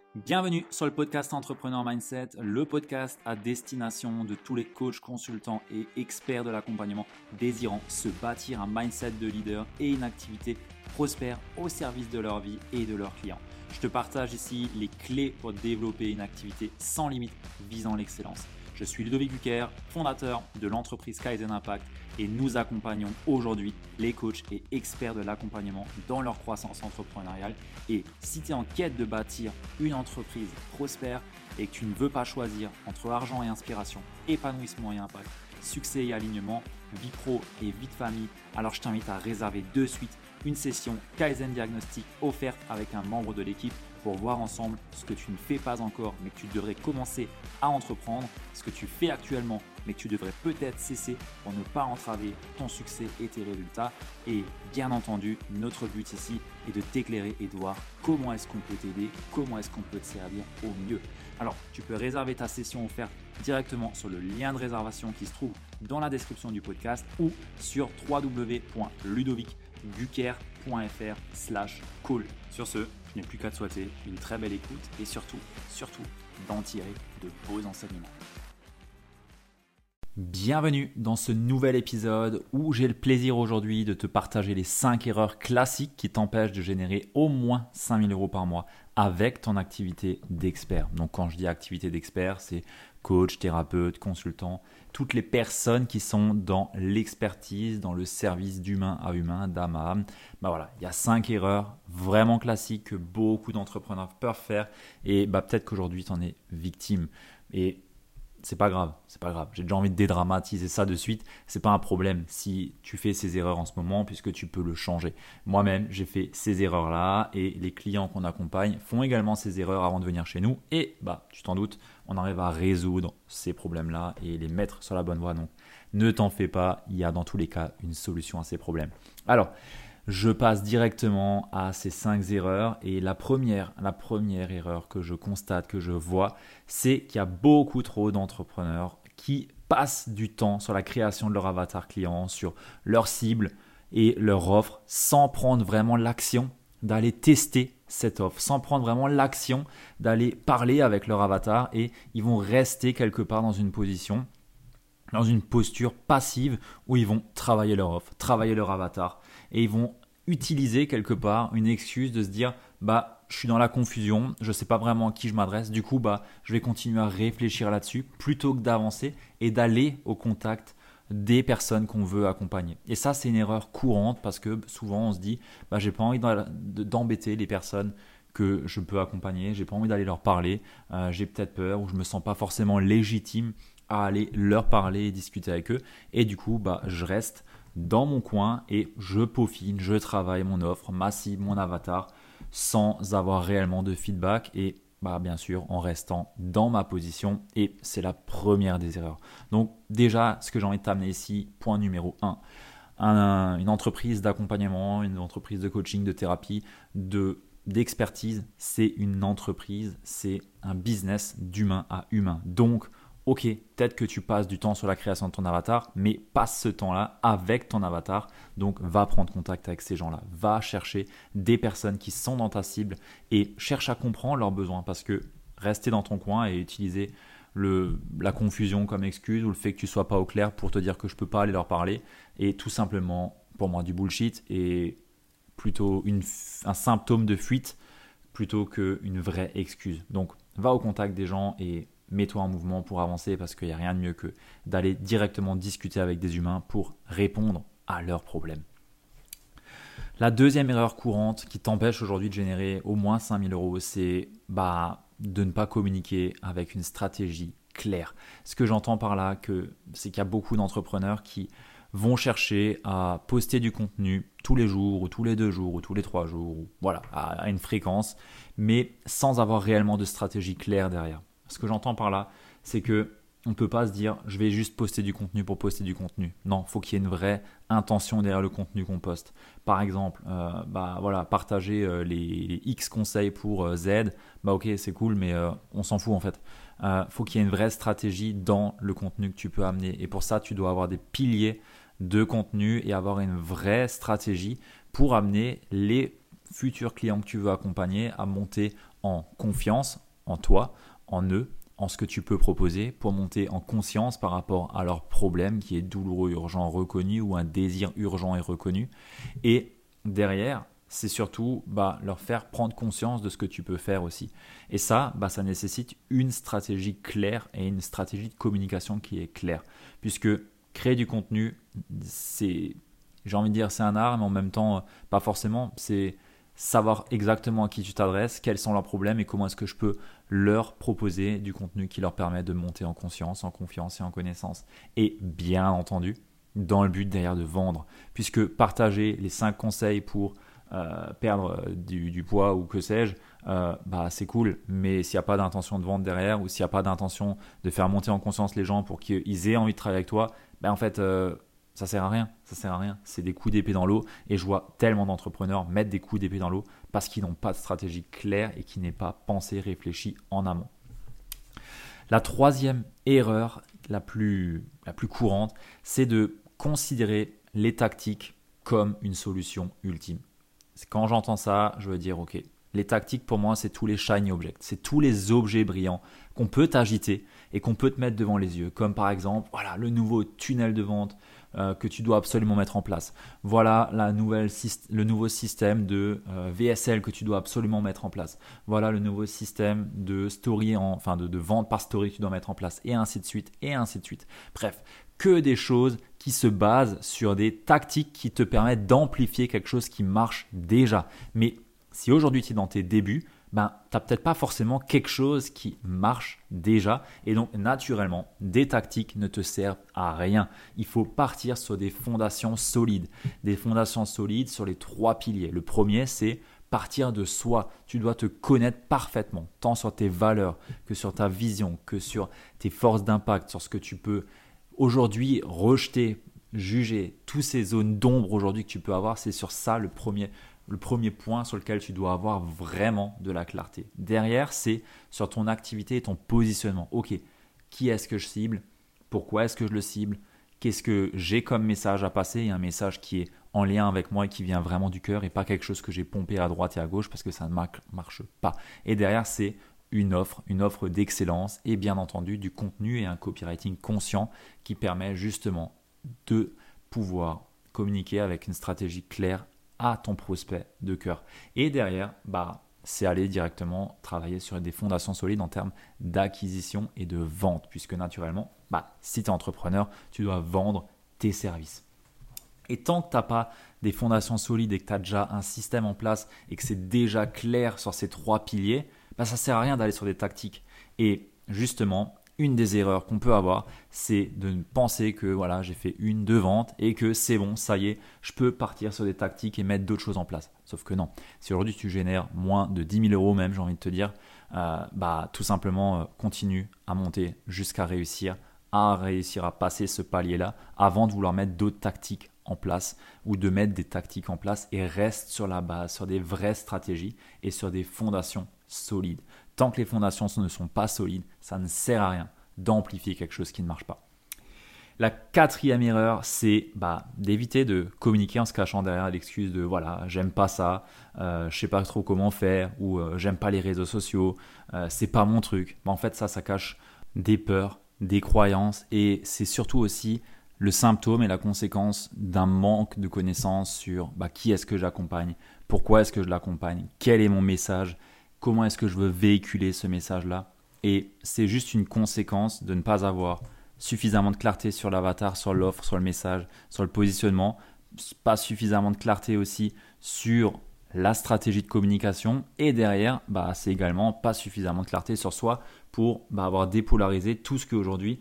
Bienvenue sur le podcast Entrepreneur Mindset, le podcast à destination de tous les coachs, consultants et experts de l'accompagnement désirant se bâtir un mindset de leader et une activité prospère au service de leur vie et de leurs clients. Je te partage ici les clés pour développer une activité sans limite visant l'excellence. Je suis Ludovic Bucher, fondateur de l'entreprise Kaizen Impact et nous accompagnons aujourd'hui les coachs et experts de l'accompagnement dans leur croissance entrepreneuriale. Et si tu es en quête de bâtir une entreprise prospère et que tu ne veux pas choisir entre argent et inspiration, épanouissement et impact, succès et alignement, vie pro et vie de famille, alors je t'invite à réserver de suite une session Kaizen Diagnostic offerte avec un membre de l'équipe pour voir ensemble ce que tu ne fais pas encore mais que tu devrais commencer à entreprendre, ce que tu fais actuellement mais que tu devrais peut-être cesser pour ne pas entraver ton succès et tes résultats. Et bien entendu, notre but ici est de t'éclairer et de voir comment est-ce qu'on peut t'aider, comment est-ce qu'on peut te servir au mieux. Alors, tu peux réserver ta session offerte directement sur le lien de réservation qui se trouve dans la description du podcast ou sur www.ludovic.bucher.fr/call. Sur ce, je n'ai plus qu'à te souhaiter une très belle écoute et surtout, d'en tirer de beaux enseignements. Bienvenue dans ce nouvel épisode où j'ai le plaisir aujourd'hui de te partager les 5 erreurs classiques qui t'empêchent de générer au moins 5 000 € par mois avec ton activité d'expert. Donc quand je dis activité d'expert, c'est coach, thérapeute, consultant, toutes les personnes qui sont dans l'expertise, dans le service d'humain à humain, d'âme à âme. Voilà, il y a 5 erreurs vraiment classiques que beaucoup d'entrepreneurs peuvent faire et peut-être qu'aujourd'hui tu en es victime. Et c'est pas grave. J'ai déjà envie de dédramatiser ça de suite. C'est pas un problème si tu fais ces erreurs en ce moment puisque tu peux le changer. Moi-même, j'ai fait ces erreurs-là et les clients qu'on accompagne font également ces erreurs avant de venir chez nous. Et tu t'en doutes, on arrive à résoudre ces problèmes-là et les mettre sur la bonne voie. Donc, ne t'en fais pas. Il y a dans tous les cas une solution à ces problèmes. Alors, je passe directement à ces 5 erreurs et la première erreur que je constate, que je vois, c'est qu'il y a beaucoup trop d'entrepreneurs qui passent du temps sur la création de leur avatar client, sur leur cible et leur offre sans prendre vraiment l'action d'aller tester cette offre, sans prendre vraiment l'action d'aller parler avec leur avatar et ils vont rester quelque part dans une position, dans une posture passive où ils vont travailler leur offre, travailler leur avatar et ils vont utiliser quelque part une excuse de se dire je suis dans la confusion, je ne sais pas vraiment à qui je m'adresse, du coup je vais continuer à réfléchir là-dessus plutôt que d'avancer et d'aller au contact des personnes qu'on veut accompagner. Et ça c'est une erreur courante parce que souvent on se dit j'ai pas envie d'embêter les personnes que je peux accompagner, j'ai pas envie d'aller leur parler, j'ai peut-être peur ou je me sens pas forcément légitime à aller leur parler et discuter avec eux et du coup je reste dans mon coin et je peaufine, je travaille mon offre, ma cible, mon avatar sans avoir réellement de feedback et bien sûr en restant dans ma position et c'est la première des erreurs. Donc déjà ce que j'ai envie de t'amener ici, point numéro 1, une entreprise d'accompagnement, une entreprise de coaching, de thérapie, d'expertise, c'est une entreprise, c'est un business d'humain à humain. Donc ok, peut-être que tu passes du temps sur la création de ton avatar, mais passe ce temps-là avec ton avatar. Donc, va prendre contact avec ces gens-là. Va chercher des personnes qui sont dans ta cible et cherche à comprendre leurs besoins parce que rester dans ton coin et utiliser la confusion comme excuse ou le fait que tu ne sois pas au clair pour te dire que je ne peux pas aller leur parler est tout simplement, pour moi, du bullshit et plutôt un symptôme de fuite plutôt qu'une vraie excuse. Donc, va au contact des gens et mets-toi en mouvement pour avancer parce qu'il n'y a rien de mieux que d'aller directement discuter avec des humains pour répondre à leurs problèmes. La deuxième erreur courante qui t'empêche aujourd'hui de générer au moins 5 000 €, c'est de ne pas communiquer avec une stratégie claire. Ce que j'entends par là, c'est qu'il y a beaucoup d'entrepreneurs qui vont chercher à poster du contenu tous les jours ou tous les 2 jours ou tous les 3 jours, à une fréquence, mais sans avoir réellement de stratégie claire derrière. Ce que j'entends par là, c'est que on ne peut pas se dire je vais juste poster du contenu pour poster du contenu. Non, il faut qu'il y ait une vraie intention derrière le contenu qu'on poste. Par exemple, partager les X conseils pour Z, ok, c'est cool, mais on s'en fout en fait. Faut qu'il y ait une vraie stratégie dans le contenu que tu peux amener. Et pour ça, tu dois avoir des piliers de contenu et avoir une vraie stratégie pour amener les futurs clients que tu veux accompagner à monter en confiance en toi, en eux, en ce que tu peux proposer pour monter en conscience par rapport à leur problème qui est douloureux, urgent, reconnu ou un désir urgent et reconnu. Et derrière, c'est surtout leur faire prendre conscience de ce que tu peux faire aussi. Et ça, ça nécessite une stratégie claire et une stratégie de communication qui est claire. Puisque créer du contenu, j'ai envie de dire c'est un art, mais en même temps, pas forcément. C'est savoir exactement à qui tu t'adresses, quels sont leurs problèmes et comment est-ce que je peux leur proposer du contenu qui leur permet de monter en conscience, en confiance et en connaissance. Et bien entendu, dans le but derrière de vendre, puisque partager les 5 conseils pour perdre du poids ou que sais-je, c'est cool, mais s'il n'y a pas d'intention de vendre derrière ou s'il n'y a pas d'intention de faire monter en conscience les gens pour qu'ils aient envie de travailler avec toi, en fait, ça sert à rien, c'est des coups d'épée dans l'eau et je vois tellement d'entrepreneurs mettre des coups d'épée dans l'eau parce qu'ils n'ont pas de stratégie claire et qui n'est pas pensée, réfléchie en amont. La troisième erreur la plus courante, c'est de considérer les tactiques comme une solution ultime. Quand j'entends ça, je veux dire ok, les tactiques pour moi c'est tous les shiny objects, c'est tous les objets brillants qu'on peut t'agiter et qu'on peut te mettre devant les yeux, comme par exemple le nouveau tunnel de vente que tu dois absolument mettre en place. Voilà le nouveau système de VSL que tu dois absolument mettre en place. Voilà le nouveau système de story, de vente par story que tu dois mettre en place, et ainsi de suite, et ainsi de suite. Bref, que des choses qui se basent sur des tactiques qui te permettent d'amplifier quelque chose qui marche déjà. Mais si aujourd'hui tu es dans tes débuts, tu n'as peut-être pas forcément quelque chose qui marche déjà et donc naturellement, des tactiques ne te servent à rien. Il faut partir sur des fondations solides sur les 3 piliers. Le premier, c'est partir de soi. Tu dois te connaître parfaitement, tant sur tes valeurs que sur ta vision, que sur tes forces d'impact, sur ce que tu peux aujourd'hui rejeter, juger, toutes ces zones d'ombre aujourd'hui que tu peux avoir, c'est sur ça le premier point sur lequel tu dois avoir vraiment de la clarté. Derrière, c'est sur ton activité et ton positionnement. Ok, qui est-ce que je cible? Pourquoi est-ce que je le cible? Qu'est-ce que j'ai comme message à passer? Et un message qui est en lien avec moi et qui vient vraiment du cœur et pas quelque chose que j'ai pompé à droite et à gauche parce que ça ne marche pas. Et derrière, c'est une offre d'excellence et bien entendu du contenu et un copywriting conscient qui permet justement de pouvoir communiquer avec une stratégie claire à ton prospect de cœur. Et derrière, c'est aller directement travailler sur des fondations solides en termes d'acquisition et de vente, puisque naturellement, si tu es entrepreneur, tu dois vendre tes services. Et tant que tu n'as pas des fondations solides et que tu as déjà un système en place et que c'est déjà clair sur ces 3 piliers, ça ne sert à rien d'aller sur des tactiques. Et justement, une des erreurs qu'on peut avoir, c'est de penser que j'ai fait 1-2 ventes et que c'est bon, ça y est, je peux partir sur des tactiques et mettre d'autres choses en place. Sauf que non, si aujourd'hui tu génères moins de 10 000 euros même, j'ai envie de te dire, tout simplement continue à monter jusqu'à réussir à passer ce palier-là avant de vouloir mettre d'autres tactiques en place ou de mettre des tactiques en place et reste sur la base, sur des vraies stratégies et sur des fondations solides. Tant que les fondations ne sont pas solides, ça ne sert à rien d'amplifier quelque chose qui ne marche pas. La 4e erreur, c'est d'éviter de communiquer en se cachant derrière l'excuse de j'aime pas ça, je sais pas trop comment faire ou j'aime pas les réseaux sociaux, c'est pas mon truc. En fait, ça cache des peurs, des croyances et c'est surtout aussi le symptôme et la conséquence d'un manque de connaissances sur qui est-ce que j'accompagne, pourquoi est-ce que je l'accompagne, quel est mon message, comment est-ce que je veux véhiculer ce message-là. Et c'est juste une conséquence de ne pas avoir suffisamment de clarté sur l'avatar, sur l'offre, sur le message, sur le positionnement, pas suffisamment de clarté aussi sur la stratégie de communication et derrière, c'est également pas suffisamment de clarté sur soi pour avoir dépolarisé tout ce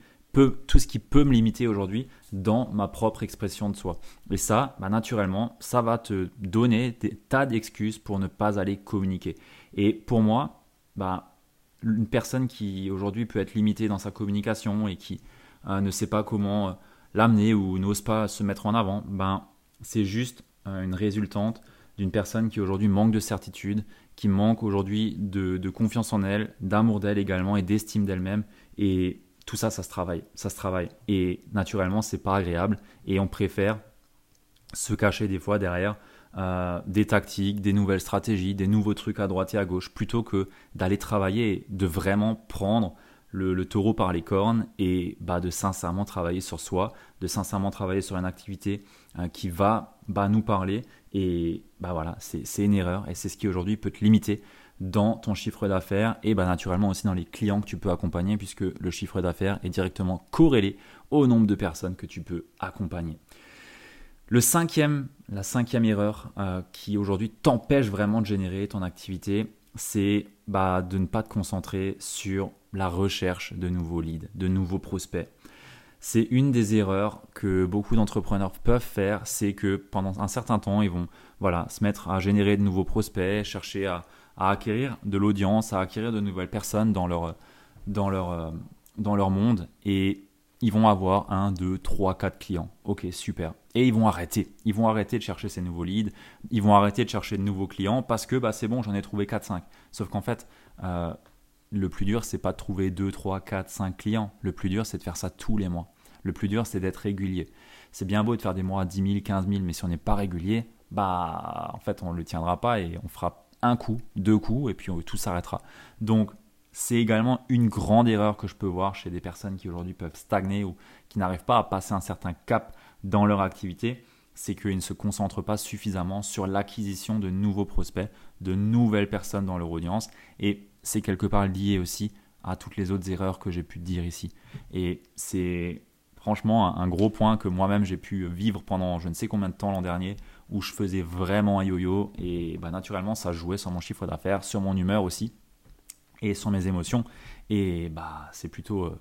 qui peut me limiter aujourd'hui dans ma propre expression de soi. Et ça, naturellement, ça va te donner des tas d'excuses pour ne pas aller communiquer. Et pour moi, une personne qui aujourd'hui peut être limitée dans sa communication et qui ne sait pas comment l'amener ou n'ose pas se mettre en avant, c'est juste une résultante d'une personne qui aujourd'hui manque de certitude, qui manque aujourd'hui de confiance en elle, d'amour d'elle également et d'estime d'elle-même. Et tout ça, ça se travaille. Et naturellement, c'est pas agréable et on préfère se cacher des fois derrière des tactiques, des nouvelles stratégies, des nouveaux trucs à droite et à gauche, plutôt que d'aller travailler et de vraiment prendre le taureau par les cornes et de sincèrement travailler sur soi, de sincèrement travailler sur une activité qui va nous parler. Et voilà, c'est une erreur et c'est ce qui aujourd'hui peut te limiter dans ton chiffre d'affaires et naturellement aussi dans les clients que tu peux accompagner, puisque le chiffre d'affaires est directement corrélé au nombre de personnes que tu peux accompagner. La cinquième erreur qui aujourd'hui t'empêche vraiment de générer ton activité, c'est de ne pas te concentrer sur la recherche de nouveaux leads, de nouveaux prospects. C'est une des erreurs que beaucoup d'entrepreneurs peuvent faire, c'est que pendant un certain temps, ils vont se mettre à générer de nouveaux prospects, chercher à acquérir de l'audience, à acquérir de nouvelles personnes dans leur monde, et ils vont avoir 1, 2, 3, 4 clients. Ok, super. Et ils vont arrêter. Ils vont arrêter de chercher ces nouveaux leads. Ils vont arrêter de chercher de nouveaux clients parce que c'est bon, j'en ai trouvé 4, 5. Sauf qu'en fait, le plus dur, c'est pas de trouver 2, 3, 4, 5 clients. Le plus dur, c'est de faire ça tous les mois. Le plus dur, c'est d'être régulier. C'est bien beau de faire des mois à 10 000, 15 000, mais si on n'est pas régulier, en fait, on ne le tiendra pas et on fera un coup, 2 coups, et puis tout s'arrêtera. Donc, c'est également une grande erreur que je peux voir chez des personnes qui aujourd'hui peuvent stagner ou qui n'arrivent pas à passer un certain cap dans leur activité, c'est qu'ils ne se concentrent pas suffisamment sur l'acquisition de nouveaux prospects, de nouvelles personnes dans leur audience, et c'est quelque part lié aussi à toutes les autres erreurs que j'ai pu te dire ici. Et c'est franchement un gros point que moi-même j'ai pu vivre pendant je ne sais combien de temps l'an dernier, où je faisais vraiment un yo-yo, et naturellement ça jouait sur mon chiffre d'affaires, sur mon humeur aussi, et sur mes émotions, et c'est plutôt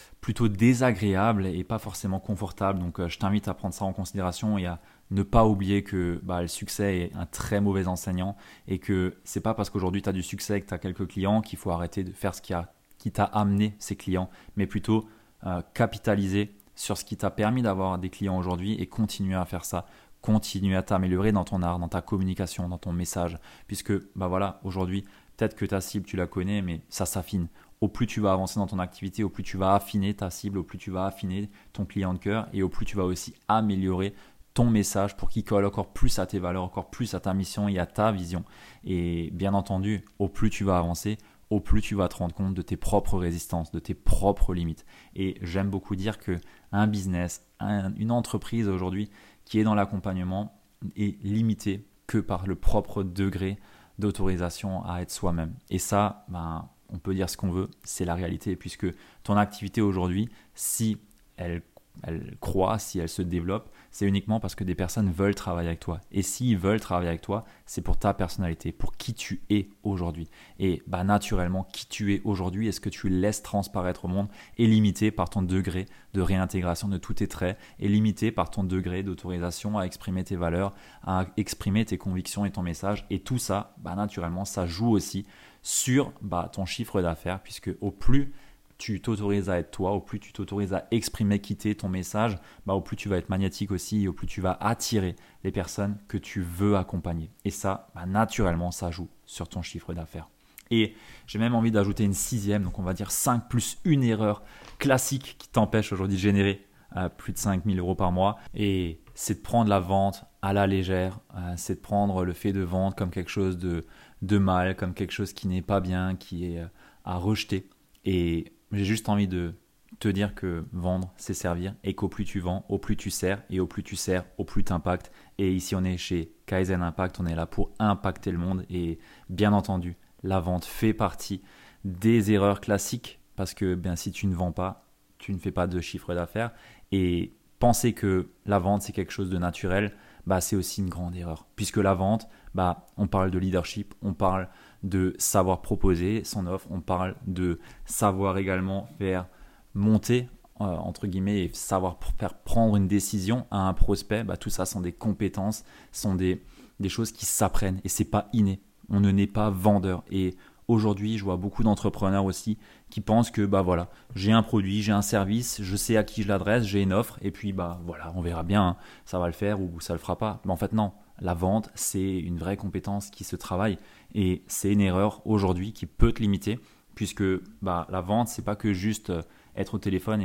désagréable et pas forcément confortable. Donc je t'invite à prendre ça en considération et à ne pas oublier que le succès est un très mauvais enseignant, et que c'est pas parce qu'aujourd'hui tu as du succès et que tu as quelques clients qu'il faut arrêter de faire ce qui t'a amené ces clients, mais plutôt capitaliser sur ce qui t'a permis d'avoir des clients aujourd'hui et continuer à faire ça. Continuer à t'améliorer dans ton art, dans ta communication, dans ton message, puisque aujourd'hui, peut-être que ta cible, tu la connais, mais ça s'affine. Au plus tu vas avancer dans ton activité, au plus tu vas affiner ta cible, au plus tu vas affiner ton client de cœur, et au plus tu vas aussi améliorer ton message pour qu'il colle encore plus à tes valeurs, encore plus à ta mission et à ta vision. Et bien entendu, au plus tu vas avancer, au plus tu vas te rendre compte de tes propres résistances, de tes propres limites. Et j'aime beaucoup dire qu'un business, une entreprise aujourd'hui qui est dans l'accompagnement est limité que par le propre degré d'autorisation à être soi-même. Et ça, on peut dire ce qu'on veut, c'est la réalité, puisque ton activité aujourd'hui, si elle croît, si elle se développe, c'est uniquement parce que des personnes veulent travailler avec toi. Et s'ils veulent travailler avec toi, c'est pour ta personnalité, pour qui tu es aujourd'hui. Et naturellement, qui tu es aujourd'hui et ce que tu laisses transparaître au monde est limité par ton degré de réintégration de tous tes traits, est limité par ton degré d'autorisation à exprimer tes valeurs, à exprimer tes convictions et ton message. Et tout ça, naturellement, ça joue aussi sur ton chiffre d'affaires, puisque au plus tu t'autorises à être toi, au plus tu t'autorises à exprimer, quitter ton message, au plus tu vas être magnétique aussi, et au plus tu vas attirer les personnes que tu veux accompagner. Et ça, naturellement, ça joue sur ton chiffre d'affaires. Et j'ai même envie d'ajouter une sixième, donc on va dire 5 plus une erreur classique qui t'empêche aujourd'hui de générer plus de 5 000 euros par mois. Et c'est de prendre la vente à la légère, c'est de prendre le fait de vendre comme quelque chose de mal, comme quelque chose qui n'est pas bien, qui est à rejeter. Et j'ai juste envie de te dire que vendre, c'est servir, et qu'au plus tu vends, au plus tu sers, et au plus tu sers, au plus tu impactes. Et ici, on est chez Kaizen Impact, on est là pour impacter le monde. Et bien entendu, la vente fait partie des erreurs classiques, parce que si tu ne vends pas, tu ne fais pas de chiffre d'affaires. Et penser que la vente, c'est quelque chose de naturel, c'est aussi une grande erreur. Puisque la vente, on parle de leadership, on parle de savoir proposer son offre, on parle de savoir également faire monter, entre guillemets, et savoir faire prendre une décision à un prospect. Tout ça sont des compétences, sont des choses qui s'apprennent, et c'est pas inné. On ne naît pas vendeur. Et aujourd'hui, je vois beaucoup d'entrepreneurs aussi qui pensent que j'ai un produit, j'ai un service, je sais à qui je l'adresse, j'ai une offre, et puis on verra bien, ça va le faire ou ça le fera pas. Mais en fait non, la vente, c'est une vraie compétence qui se travaille, et c'est une erreur aujourd'hui qui peut te limiter, puisque la vente, c'est pas que juste être au téléphone et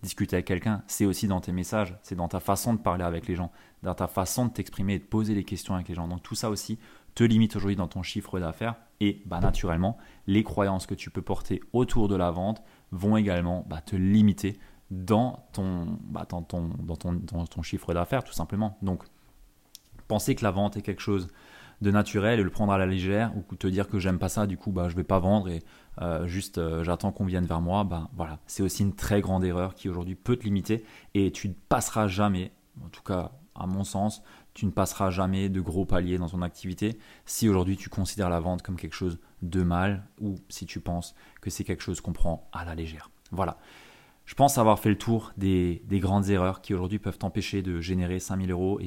discuter avec quelqu'un, c'est aussi dans tes messages, c'est dans ta façon de parler avec les gens, dans ta façon de t'exprimer et de poser les questions avec les gens. Donc tout ça aussi te limite aujourd'hui dans ton chiffre d'affaires et naturellement, les croyances que tu peux porter autour de la vente vont également te limiter dans ton chiffre d'affaires tout simplement. Donc penser que la vente est quelque chose de naturel et le prendre à la légère ou te dire que j'aime pas ça, du coup je vais pas vendre et j'attends qu'on vienne vers moi, voilà, c'est aussi une très grande erreur qui aujourd'hui peut te limiter et tu ne passeras jamais, en tout cas à mon sens, tu ne passeras jamais de gros paliers dans ton activité si aujourd'hui tu considères la vente comme quelque chose de mal ou si tu penses que c'est quelque chose qu'on prend à la légère. Voilà. Je pense avoir fait le tour des grandes erreurs qui aujourd'hui peuvent t'empêcher de générer 5 000 euros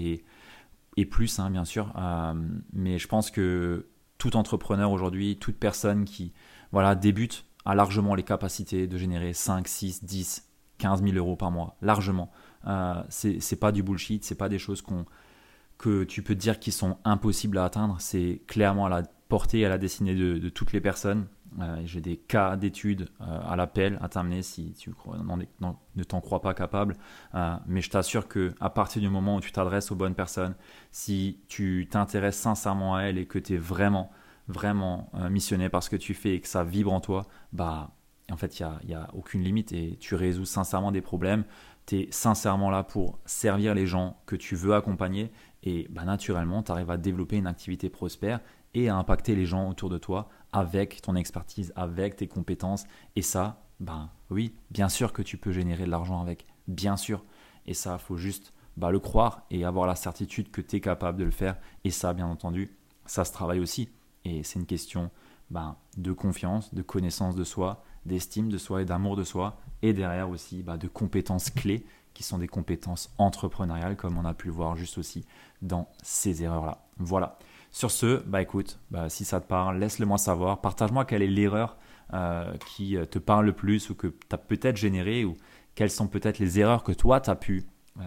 et plus, bien sûr. Mais je pense que tout entrepreneur aujourd'hui, toute personne qui débute a largement les capacités de générer 5, 6, 10, 15 000 euros par mois. Largement. C'est pas du bullshit, c'est pas des choses que tu peux te dire qui sont impossibles à atteindre. C'est clairement à la portée et à la destinée de toutes les personnes. J'ai des cas d'études à l'appel à t'amener si tu ne t'en crois pas capable. Mais je t'assure qu'à partir du moment où tu t'adresses aux bonnes personnes, si tu t'intéresses sincèrement à elles et que tu es vraiment, vraiment missionné par ce que tu fais et que ça vibre en toi, en fait, il n'y a aucune limite et tu résous sincèrement des problèmes. Tu es sincèrement là pour servir les gens que tu veux accompagner et naturellement, tu arrives à développer une activité prospère et à impacter les gens autour de toi avec ton expertise, avec tes compétences. Et ça, oui, bien sûr que tu peux générer de l'argent avec, bien sûr. Et ça, il faut juste le croire et avoir la certitude que tu es capable de le faire. Et ça, bien entendu, ça se travaille aussi. Et c'est une question de confiance, de connaissance de soi, d'estime de soi et d'amour de soi. Et derrière aussi de compétences clés qui sont des compétences entrepreneuriales comme on a pu le voir juste aussi dans ces erreurs-là. Voilà. Sur ce, écoute, si ça te parle, laisse-le moi savoir. Partage-moi quelle est l'erreur qui te parle le plus ou que tu as peut-être générée ou quelles sont peut-être les erreurs que toi, tu as pu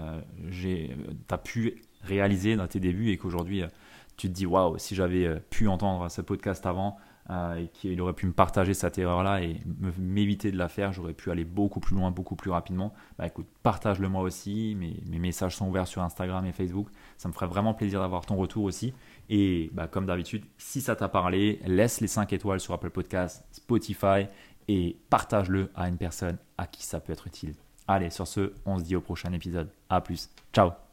réaliser dans tes débuts et qu'aujourd'hui, tu te dis « Waouh, si j'avais pu entendre ce podcast avant et qu'il aurait pu me partager cette erreur-là et m'éviter de la faire, j'aurais pu aller beaucoup plus loin, beaucoup plus rapidement. » Écoute, partage-le moi aussi. Mes messages sont ouverts sur Instagram et Facebook. Ça me ferait vraiment plaisir d'avoir ton retour aussi. Et comme d'habitude, si ça t'a parlé, laisse les 5 étoiles sur Apple Podcasts, Spotify et partage-le à une personne à qui ça peut être utile. Allez, sur ce, on se dit au prochain épisode. À plus. Ciao.